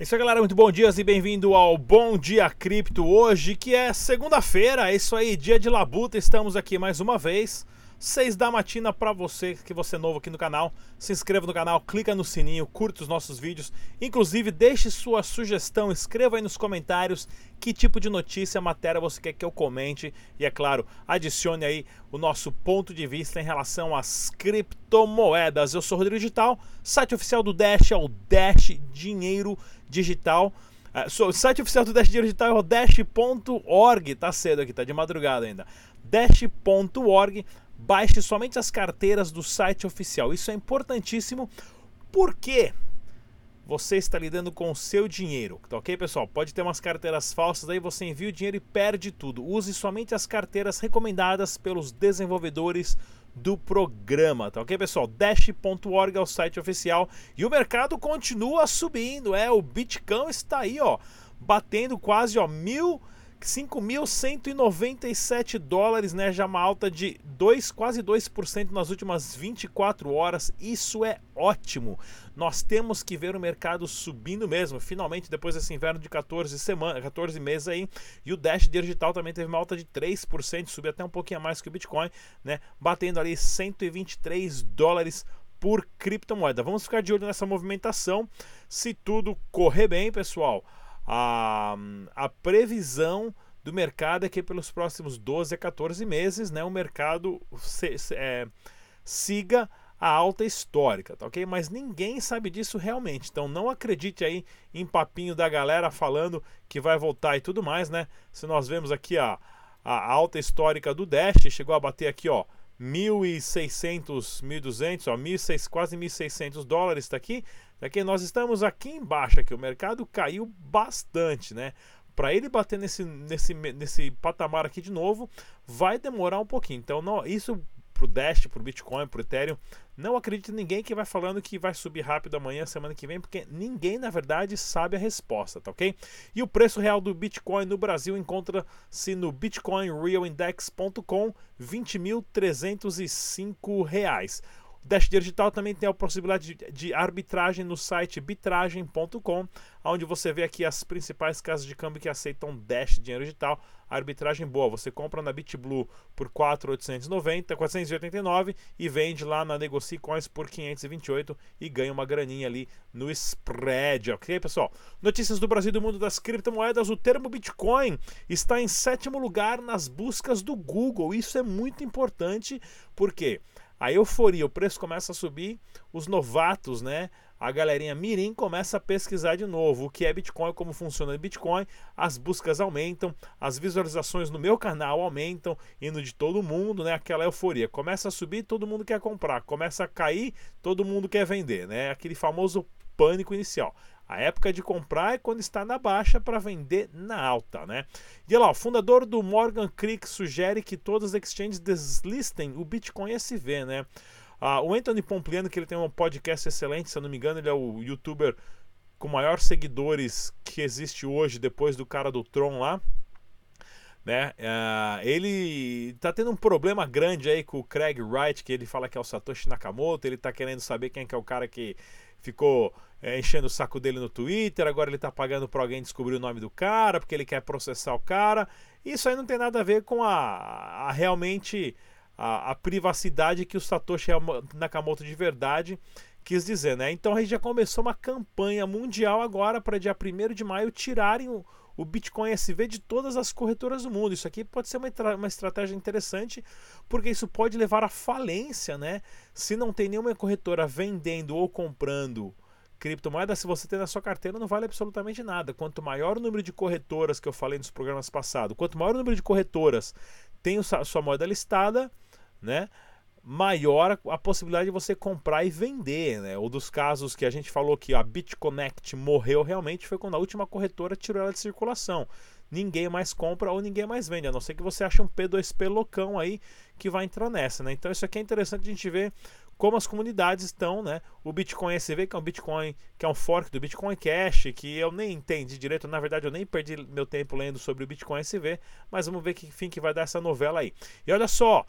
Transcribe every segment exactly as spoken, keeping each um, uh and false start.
É isso aí, galera, muito bom dia e bem-vindo ao Bom Dia Cripto. Hoje que é segunda-feira, é isso aí, dia de labuta, estamos aqui mais uma vez, seis da matina para você que você é novo aqui no canal. Se inscreva no canal, clica no sininho, curta os nossos vídeos, inclusive deixe sua sugestão, escreva aí nos comentários que tipo de notícia, matéria você quer que eu comente e, é claro, adicione aí o nosso ponto de vista em relação às criptomoedas. Eu sou o Rodrigo Digital, site oficial do Dash é o Dash Dinheiro Digital. Uh, o site oficial do Dash Dinheiro Digital é o dash ponto org, tá cedo aqui, tá de madrugada ainda. dash ponto org, baixe somente as carteiras do site oficial. Isso é importantíssimo porque você está lidando com o seu dinheiro, tá ok, pessoal? Pode ter umas carteiras falsas, aí você envia o dinheiro e perde tudo. Use somente as carteiras recomendadas pelos desenvolvedores do programa, tá ok, pessoal? dash ponto org é o site oficial e o mercado continua subindo, é, o Bitcoin está aí, ó, batendo quase, ó, mil, cinco mil cento e noventa e sete dólares, né, já uma alta de dois, quase dois por cento nas últimas vinte e quatro horas, isso é ótimo. Nós temos que ver o mercado subindo mesmo, finalmente, depois desse inverno de quatorze semanas, quatorze meses aí, e o Dash Digital também teve uma alta de três por cento, subiu até um pouquinho a mais que o Bitcoin, né, batendo ali cento e vinte e três dólares por criptomoeda. Vamos ficar de olho nessa movimentação, se tudo correr bem, pessoal. A, a previsão do mercado é que pelos próximos doze a quatorze meses, né, o mercado se, se, é, siga a alta histórica, tá ok? Mas ninguém sabe disso realmente, então não acredite aí em papinho da galera falando que vai voltar e tudo mais, né? Se nós vemos aqui a, a alta histórica do Dash, chegou a bater aqui, ó, mil e seiscentos, mil e duzentos, ó, mil e seiscentos, quase mil e seiscentos dólares, tá aqui. Aqui nós estamos aqui embaixo, aqui o mercado caiu bastante, né? Para ele bater nesse, nesse, nesse patamar aqui de novo, vai demorar um pouquinho. Então, não, isso pro Dash, pro Bitcoin, pro Ethereum, não acredite em ninguém que vai falando que vai subir rápido amanhã, semana que vem, porque ninguém, na verdade, sabe a resposta, tá ok? E o preço real do Bitcoin no Brasil encontra-se no bitcoin real index ponto com, vinte mil trezentos e cinco reais. O Dash Digital também tem a possibilidade de, de arbitragem no site bitragem ponto com, onde você vê aqui as principais casas de câmbio que aceitam Dash Dinheiro Digital. A arbitragem boa, você compra na BitBlue por quatro mil oitocentos e noventa, quatrocentos e oitenta e nove e vende lá na Negocie Coins por quinhentos e vinte e oito e ganha uma graninha ali no spread, ok, pessoal? Notícias do Brasil e do mundo das criptomoedas. O termo Bitcoin está em sétimo lugar nas buscas do Google. Isso é muito importante porque a euforia, o preço começa a subir, os novatos, né, a galerinha mirim começa a pesquisar de novo o que é Bitcoin, como funciona o Bitcoin, as buscas aumentam, as visualizações no meu canal aumentam e no de todo mundo, né, aquela euforia. Começa a subir, todo mundo quer comprar, começa a cair, todo mundo quer vender, né, aquele famoso pânico inicial. A época de comprar é quando está na baixa para vender na alta, né? E lá, o fundador do Morgan Creek sugere que todas as exchanges deslistem o Bitcoin S V, né? Ah, o Anthony Pompliano, que ele tem um podcast excelente, se eu não me engano, ele é o youtuber com maior seguidores que existe hoje, depois do cara do Tron lá, né? Uh, ele tá tendo um problema grande aí com o Craig Wright, que ele fala que é o Satoshi Nakamoto. Ele tá querendo saber quem que é o cara que ficou é, enchendo o saco dele no Twitter. Agora ele tá pagando pra alguém descobrir o nome do cara, porque ele quer processar o cara. Isso aí não tem nada a ver com a, a realmente a, a privacidade que o Satoshi Nakamoto de verdade quis dizer, né? Então a gente já começou uma campanha mundial agora para dia primeiro de maio tirarem o o Bitcoin S V de todas as corretoras do mundo. Isso aqui pode ser uma, uma estratégia interessante, porque isso pode levar à falência, né? Se não tem nenhuma corretora vendendo ou comprando criptomoeda, se você tem na sua carteira, não vale absolutamente nada. Quanto maior o número de corretoras, que eu falei nos programas passados, quanto maior o número de corretoras tem a sua moeda listada, né, maior a possibilidade de você comprar e vender, né? Um dos casos que a gente falou que a BitConnect morreu realmente foi quando a última corretora tirou ela de circulação. Ninguém mais compra ou ninguém mais vende, a não ser que você ache um P dois P loucão aí que vai entrar nessa, né? Então isso aqui é interessante a gente ver como as comunidades estão, né? O Bitcoin S V, que é um Bitcoin, que é um fork do Bitcoin Cash, que eu nem entendi direito, na verdade eu nem perdi meu tempo lendo sobre o Bitcoin S V, mas vamos ver que fim que vai dar essa novela aí. E olha só,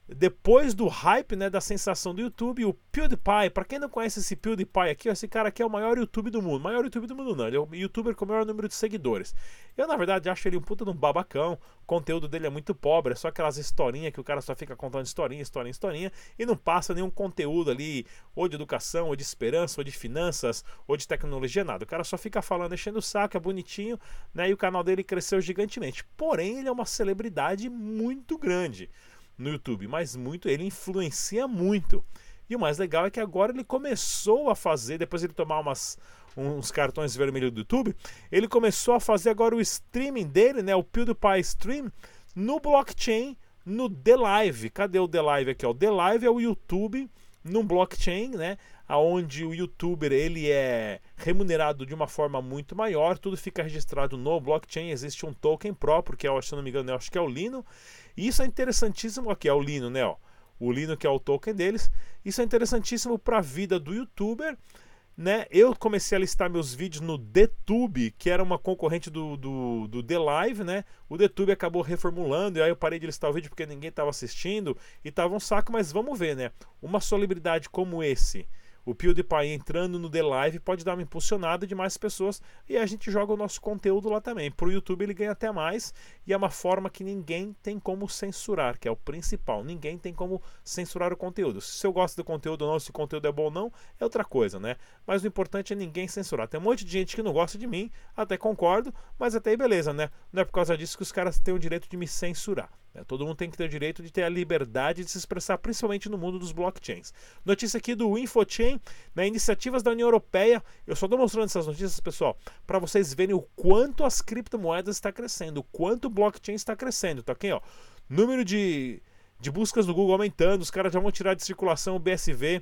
depois do hype, né, da sensação do YouTube, o PewDiePie, para quem não conhece esse PewDiePie aqui, esse cara aqui é o maior YouTube do mundo. Maior YouTube do mundo não, ele é o youtuber com o maior número de seguidores. Eu, na verdade, acho ele um puta de um babacão, o conteúdo dele é muito pobre, é só aquelas historinhas que o cara só fica contando historinha, historinha, historinha, e não passa nenhum conteúdo ali, ou de educação, ou de esperança, ou de finanças, ou de tecnologia, nada. O cara só fica falando, enchendo o saco, é bonitinho, né, e o canal dele cresceu gigantemente. Porém, ele é uma celebridade muito grande no YouTube, mas muito, ele influencia muito. E o mais legal é que agora ele começou a fazer, depois de ele tomar umas, uns cartões vermelhos do YouTube, ele começou a fazer agora o streaming dele, né, o PewDiePie Stream, no blockchain, no The Live. Cadê o The Live aqui? Ó? O The Live é o YouTube no blockchain, né, onde o youtuber ele é remunerado de uma forma muito maior, tudo fica registrado no blockchain, existe um token próprio, que é, se eu não me engano, eu acho que é o Lino. E isso é interessantíssimo, aqui é o Lino, né, ó, o Lino que é o token deles. Isso é interessantíssimo para a vida do youtuber, né? Eu comecei a listar meus vídeos no DTube, que era uma concorrente do, do, do The Live, né? O DTube acabou reformulando, e aí eu parei de listar o vídeo porque ninguém estava assistindo e tava um saco, mas vamos ver, né? Uma celebridade como esse, o PewDiePie entrando no The Live, pode dar uma impulsionada de mais pessoas e a gente joga o nosso conteúdo lá também. Pro YouTube ele ganha até mais e é uma forma que ninguém tem como censurar, que é o principal. Ninguém tem como censurar o conteúdo. Se eu gosto do conteúdo ou não, se o conteúdo é bom ou não, é outra coisa, né? Mas o importante é ninguém censurar. Tem um monte de gente que não gosta de mim, até concordo, mas até aí beleza, né? Não é por causa disso que os caras têm o direito de me censurar. Todo mundo tem que ter o direito de ter a liberdade de se expressar, principalmente no mundo dos blockchains. Notícia aqui do InfoChain, né, iniciativas da União Europeia. Eu só estou mostrando essas notícias, pessoal, para vocês verem o quanto as criptomoedas está crescendo, o quanto o blockchain está crescendo. Tá aqui, ó, número de, de buscas no Google aumentando, os caras já vão tirar de circulação o B S V.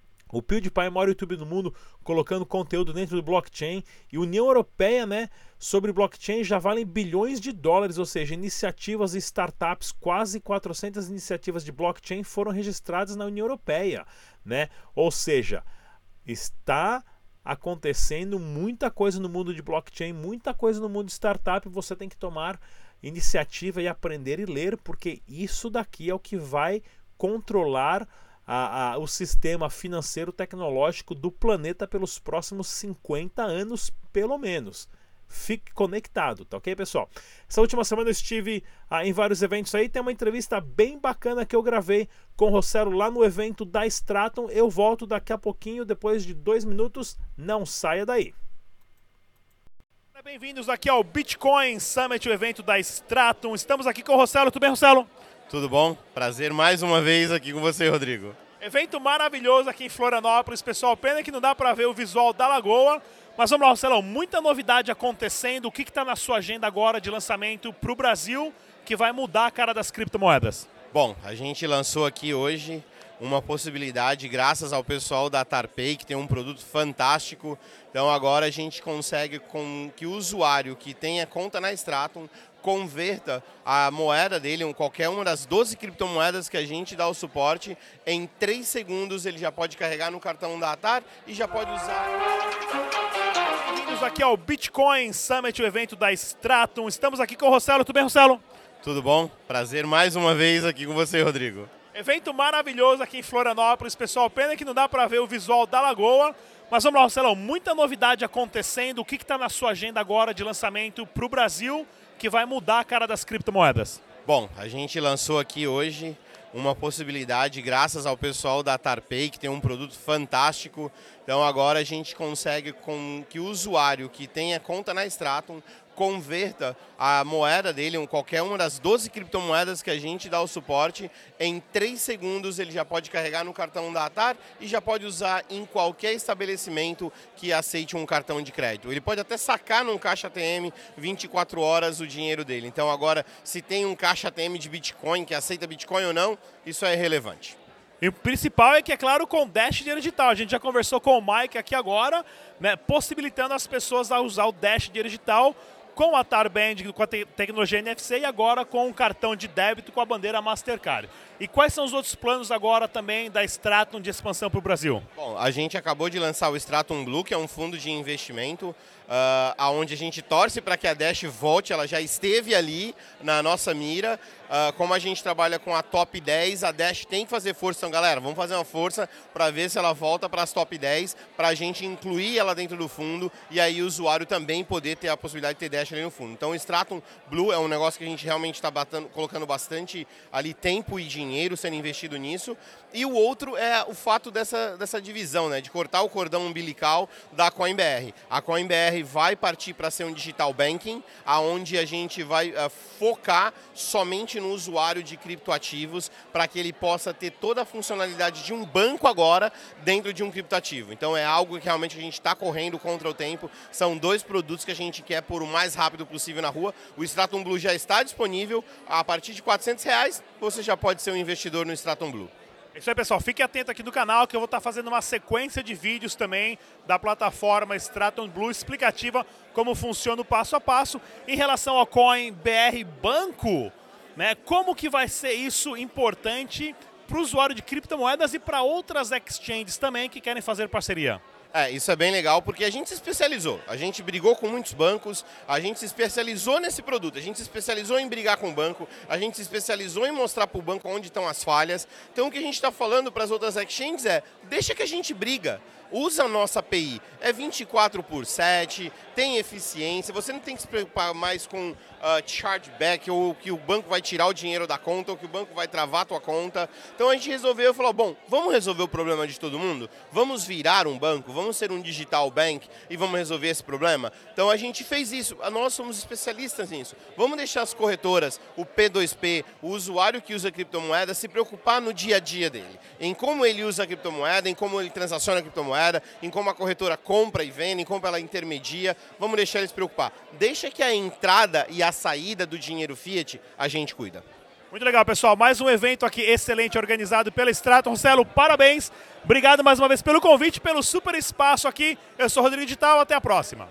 O PewDiePie é o maior YouTube do mundo, colocando conteúdo dentro do blockchain. E a União Europeia, né, sobre blockchain já valem bilhões de dólares, ou seja, iniciativas e startups, quase quatrocentas iniciativas de blockchain foram registradas na União Europeia, né? Ou seja, está acontecendo muita coisa no mundo de blockchain, muita coisa no mundo de startup, você tem que tomar iniciativa e aprender e ler, porque isso daqui é o que vai controlar A, a, o sistema financeiro tecnológico do planeta pelos próximos cinquenta anos, pelo menos. Fique conectado, tá ok, pessoal? Essa última semana eu estive ah, em vários eventos aí, tem uma entrevista bem bacana que eu gravei com o Rossello lá no evento da Stratum. Eu volto daqui a pouquinho, depois de dois minutos, não saia daí. Bem-vindos aqui ao Bitcoin Summit, o evento da Stratum. Estamos aqui com o Rossello, tudo bem, Rossello? Tudo bom? Prazer mais uma vez aqui com você, Rodrigo. Evento maravilhoso aqui em Florianópolis, pessoal. Pena que não dá para ver o visual da Lagoa. Mas vamos lá, Rossello, muita novidade acontecendo. O que está na sua agenda agora de lançamento para o Brasil que vai mudar a cara das criptomoedas? Bom, a gente lançou aqui hoje uma possibilidade, graças ao pessoal da Tarpay, que tem um produto fantástico. Então agora a gente consegue com que o usuário que tenha conta na Stratum converta a moeda dele, qualquer uma das doze criptomoedas que a gente dá o suporte, em três segundos ele já pode carregar no cartão da Atar e já pode usar. Bem-vindos aqui ao Bitcoin Summit, o evento da Stratum. Estamos aqui com o Rossello, tudo bem, Rossello? Tudo bom? Prazer mais uma vez aqui com você, Rodrigo. Evento maravilhoso aqui em Florianópolis, pessoal. Pena que não dá para ver o visual da Lagoa. Mas vamos lá, Rossello, muita novidade acontecendo. O que está na sua agenda agora de lançamento para o Brasil que vai mudar a cara das criptomoedas? Bom, a gente lançou aqui hoje uma possibilidade, graças ao pessoal da Tarpay, que tem um produto fantástico. Então agora a gente consegue com que o usuário que tenha conta na Stratum converta a moeda dele, qualquer uma das doze criptomoedas que a gente dá o suporte, em três segundos ele já pode carregar no cartão da Atar e já pode usar em qualquer estabelecimento que aceite um cartão de crédito. Ele pode até sacar num caixa A T M vinte e quatro horas o dinheiro dele. Então agora, se tem um caixa A T M de Bitcoin, que aceita Bitcoin ou não, isso é irrelevante. E o principal é que, é claro, com Dash Dinheiro Digital. A gente já conversou com o Mike aqui agora, né, possibilitando as pessoas a usar o Dash Dinheiro Digital com a Tarband, com a te tecnologia N F C e agora com um cartão de débito com a bandeira Mastercard. E quais são os outros planos agora também da Stratum de expansão para o Brasil? Bom, a gente acabou de lançar o Stratum Blue, que é um fundo de investimento, uh, onde a gente torce para que a Dash volte, ela já esteve ali na nossa mira. Uh, como a gente trabalha com a top dez, a Dash tem que fazer força. Então, galera, vamos fazer uma força para ver se ela volta para as top dez, para a gente incluir ela dentro do fundo e aí o usuário também poder ter a possibilidade de ter Dash ali no fundo. Então, o Stratum Blue é um negócio que a gente realmente está colocando bastante ali tempo e dinheiro sendo investido nisso. E o outro é o fato dessa, dessa divisão, né, de cortar o cordão umbilical da CoinBR. A CoinBR vai partir para ser um digital banking, aonde a gente vai uh, focar somente no usuário de criptoativos para que ele possa ter toda a funcionalidade de um banco agora dentro de um criptoativo. Então é algo que realmente a gente está correndo contra o tempo. São dois produtos que a gente quer pôr o mais rápido possível na rua. O Stratum Blue já está disponível. A partir de quatrocentos reais você já pode ser um investidor no Stratum Blue. É isso aí, pessoal. Fique atento aqui no canal que eu vou estar fazendo uma sequência de vídeos também da plataforma Stratum Blue explicativa como funciona o passo a passo em relação ao CoinBR Banco, né? Como que vai ser isso importante para o usuário de criptomoedas e para outras exchanges também que querem fazer parceria. É, isso é bem legal porque a gente se especializou, a gente brigou com muitos bancos, a gente se especializou nesse produto, a gente se especializou em brigar com o banco, a gente se especializou em mostrar para o banco onde estão as falhas. Então o que a gente está falando para as outras exchanges é, deixa que a gente briga. Usa a nossa A P I, é vinte e quatro por sete, tem eficiência, você não tem que se preocupar mais com uh, chargeback, ou que o banco vai tirar o dinheiro da conta, ou que o banco vai travar a tua conta. Então a gente resolveu e falou, bom, vamos resolver o problema de todo mundo? Vamos virar um banco, vamos ser um digital bank e vamos resolver esse problema? Então a gente fez isso, nós somos especialistas nisso. Vamos deixar as corretoras, o P dois P, o usuário que usa criptomoeda, se preocupar no dia a dia dele, em como ele usa a criptomoeda, em como ele transaciona a criptomoeda, em como a corretora compra e vende, em como ela intermedia. Vamos deixar eles se preocupar. Deixa que a entrada e a saída do dinheiro fiat a gente cuida. Muito legal, pessoal. Mais um evento aqui excelente organizado pela Stratum. Rossello, parabéns. Obrigado mais uma vez pelo convite, pelo super espaço aqui. Eu sou o Rodrigo Digital. Até a próxima.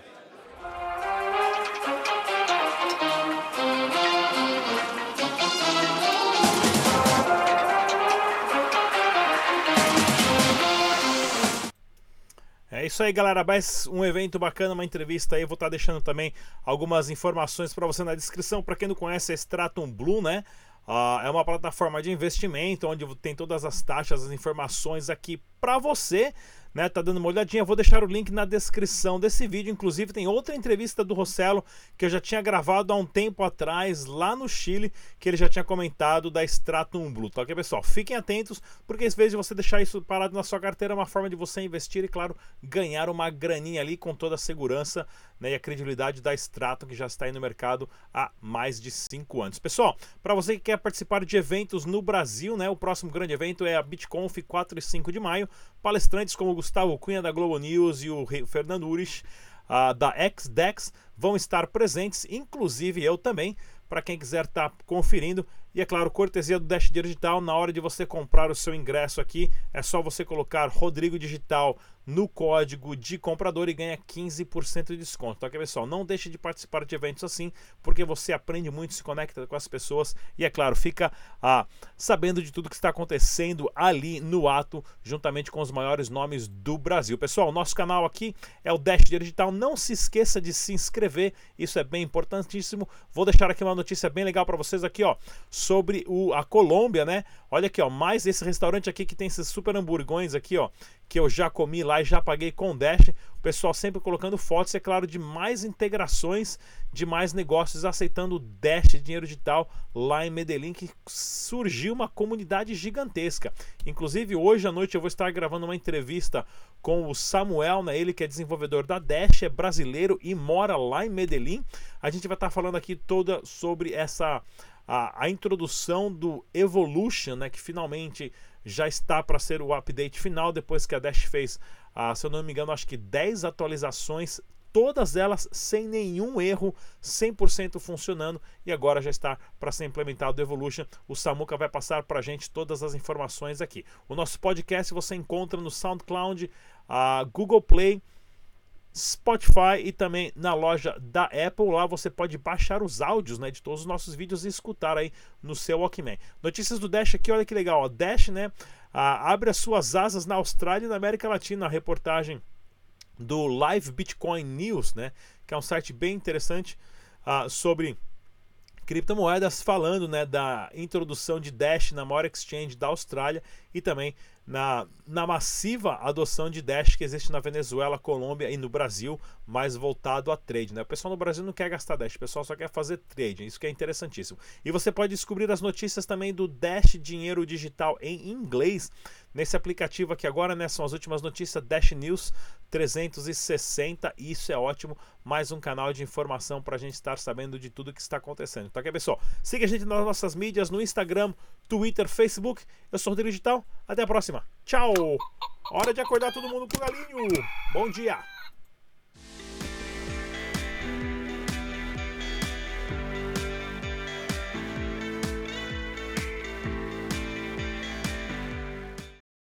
É isso aí, galera, mais um evento bacana, uma entrevista aí, eu vou estar deixando também algumas informações para você na descrição. Para quem não conhece a Stratum Blue, né, uh, é uma plataforma de investimento onde tem todas as taxas, as informações aqui para você, né, tá dando uma olhadinha. Vou deixar o link na descrição desse vídeo. Inclusive tem outra entrevista do Rossello que eu já tinha gravado há um tempo atrás lá no Chile, que ele já tinha comentado da Stratum Blue, tá ok, pessoal? Fiquem atentos, porque às vezes você deixar isso parado na sua carteira é uma forma de você investir e, claro, ganhar uma graninha ali com toda a segurança, né, e a credibilidade da Stratum, que já está aí no mercado há mais de cinco anos. Pessoal, para você que quer participar de eventos no Brasil, né, o próximo grande evento é a BitConf quatro e cinco de maio. Palestrantes como o Gustavo Cunha da Globo News e o Fernando Urich uh, da X Dex vão estar presentes, inclusive eu também, para quem quiser estar tá conferindo. E é claro, cortesia do Dash Digital, na hora de você comprar o seu ingresso aqui, é só você colocar Rodrigo Digital no código de comprador e ganha quinze por cento de desconto. Tá, pessoal? Não deixe de participar de eventos assim, porque você aprende muito, se conecta com as pessoas e, é claro, fica ah, sabendo de tudo que está acontecendo ali no ato, juntamente com os maiores nomes do Brasil. Pessoal, nosso canal aqui é o Dash Digital. Não se esqueça de se inscrever, isso é bem importantíssimo. Vou deixar aqui uma notícia bem legal para vocês aqui, ó, sobre o, a Colômbia, né? Olha aqui, ó, mais esse restaurante aqui que tem esses super hamburgões aqui, ó, que eu já comi lá e já paguei com Dash. O pessoal sempre colocando fotos, é claro, de mais integrações, de mais negócios aceitando Dash, dinheiro digital, lá em Medellín, que surgiu uma comunidade gigantesca. Inclusive, hoje à noite eu vou estar gravando uma entrevista com o Samuel, né? Ele que é desenvolvedor da Dash, é brasileiro e mora lá em Medellín. A gente vai estar falando aqui toda sobre essa... A, a introdução do Evolution, né, que finalmente já está para ser o update final, depois que a Dash fez, ah, se eu não me engano, acho que dez atualizações, todas elas sem nenhum erro, cem por cento funcionando, e agora já está para ser implementado o Evolution. O Samuca vai passar para a gente todas as informações aqui. O nosso podcast você encontra no SoundCloud, a Google Play, Spotify e também na loja da Apple. Lá você pode baixar os áudios, né, de todos os nossos vídeos e escutar aí no seu Walkman. Notícias do Dash aqui, olha que legal, ó. Dash, né, ah, abre as suas asas na Austrália e na América Latina. A reportagem do Live Bitcoin News, né, que é um site bem interessante ah, sobre criptomoedas, falando, né, da introdução de Dash na maior exchange da Austrália e também na, na massiva adoção de Dash que existe na Venezuela, Colômbia e no Brasil, mais voltado a trade, né? O pessoal no Brasil não quer gastar Dash, o pessoal só quer fazer trade, isso que é interessantíssimo. E você pode descobrir as notícias também do Dash Dinheiro Digital em inglês nesse aplicativo aqui agora, né? São as últimas notícias, Dash News trezentos e sessenta, e isso é ótimo, mais um canal de informação para a gente estar sabendo de tudo que está acontecendo. Então, aqui, pessoal, siga a gente nas nossas mídias, no Instagram, Twitter, Facebook. Eu sou o Rodrigo Digital, até a próxima. Tchau! Hora de acordar todo mundo com o galinho. Bom dia!